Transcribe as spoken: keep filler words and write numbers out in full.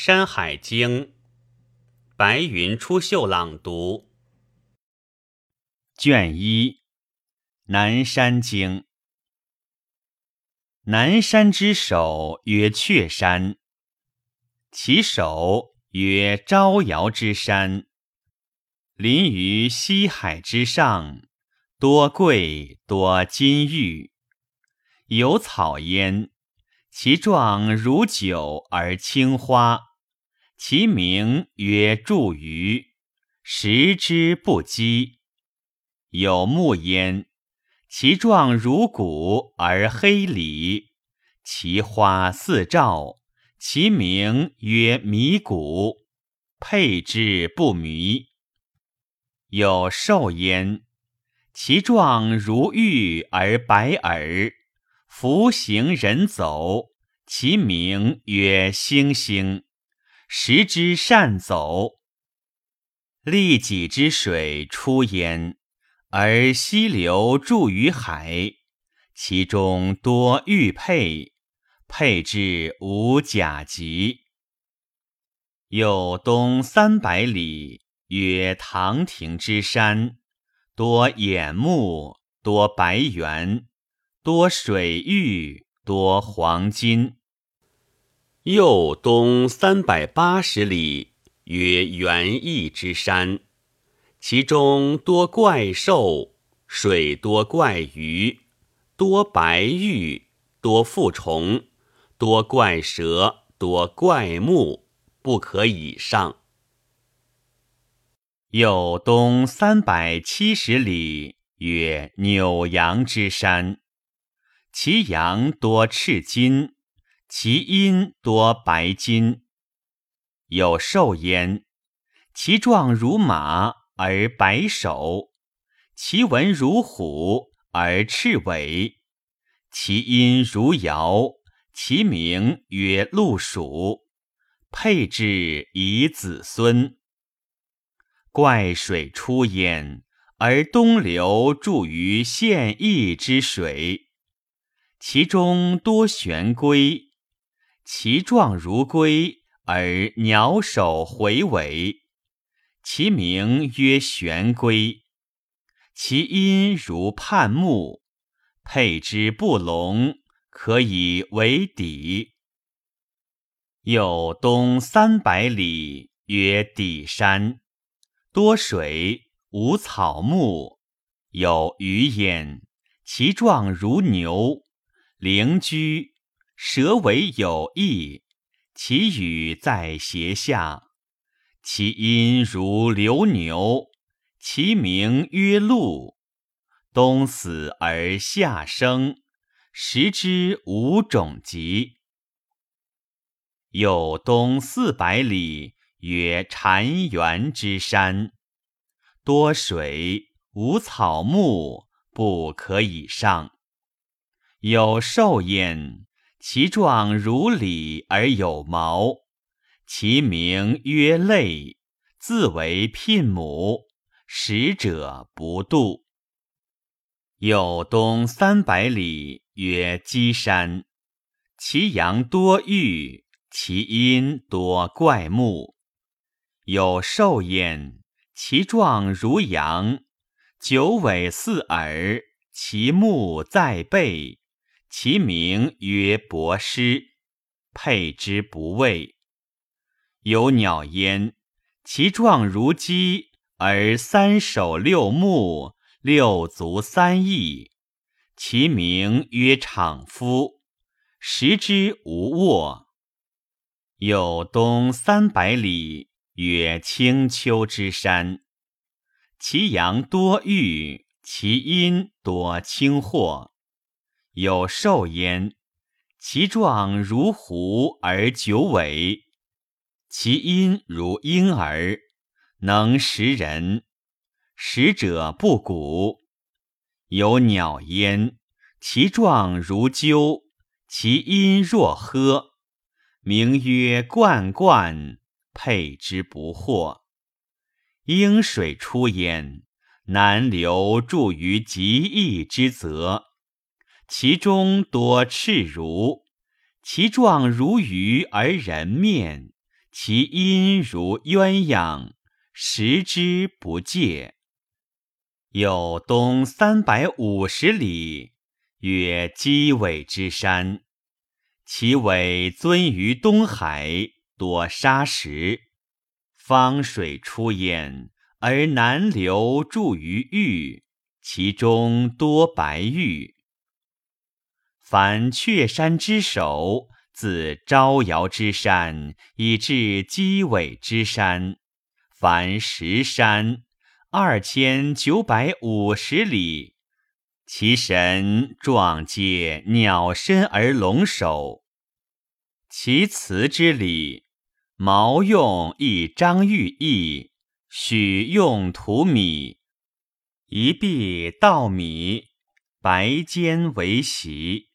山海经》白云出岫朗读。 卷一，南山经。南山之首曰阙山，其首曰招摇之山，临于西海之上，多桂多金玉，有草焉，其状如酒而青花，其名曰祝余，食之不饥。有木焉，其状如骨而黑里，其花似照，其名曰迷谷，佩之不迷。有兽焉，其状如玉而白耳，服行人走，其名曰猩猩，食之善走。利己之水出焉，而溪流注于海，其中多玉佩，佩之无甲级。有东三百里，曰唐庭之山，多眼目，多白猿，多水玉，多黄金。 又东三百八十里，曰园艺之山，其中多怪兽，水多怪鱼，多白玉，多复虫，多怪蛇，多怪木，不可以上。 又东三百七十里，曰扭阳之山，其阳多赤金，其阴多白金。有兽焉，其状如马而白首，其文如虎而赤尾，其音如尧，其名曰鹿鼠，佩之以子孙。怪水出焉，而东流注于县邑之水，其中多玄龟，其状如龟而鸟首回尾，其名曰玄龟，其音如泮木，佩之不聋，可以为砥。有东三百里，曰砥山，多水，无草木，有鱼焉，其状如牛，灵居，蛇尾有翼，其羽在胁下，其音如流牛，其名曰鹿，冬死而夏生，食之无种疾。有东四百里，曰婵源之山，多水，无草木，不可以上。有兽焉，其状如鲤而有毛，其名曰类，自为牝母，食者不度。有东三百里，曰稽山，其阳多玉，其阴多怪木。有兽焉，其状如羊，九尾似耳，其目在背，其名曰伯师，佩之不畏。有鸟焉，其状如鸡，而三首六目，六足三翼，其名曰昶夫，食之无握。有东三百里，曰青丘之山，其阳多玉，其阴多青货。有兽焉，其状如狐而九尾，其音如婴儿，能食人，食者不蛊。有鸟焉，其状如鸠，其音若呵，名曰冠冠，佩之不惑。鹰水出焉，南流注于极易之泽，其中多赤如，其状如鱼而人面， 其音如鸳鸯，食之不戒。有东三百五十里，曰鸡尾之山。其尾尊于东海，多沙石，方水出焉，而南流注于玉，其中多白玉。凡雀山之首，自招摇之山，以至鸡尾之山，凡十山，二千九百五十里。其神状皆鸟身而龙首。其辞之礼，毛用一张玉翼，许用土米，一璧稻米，白坚为席。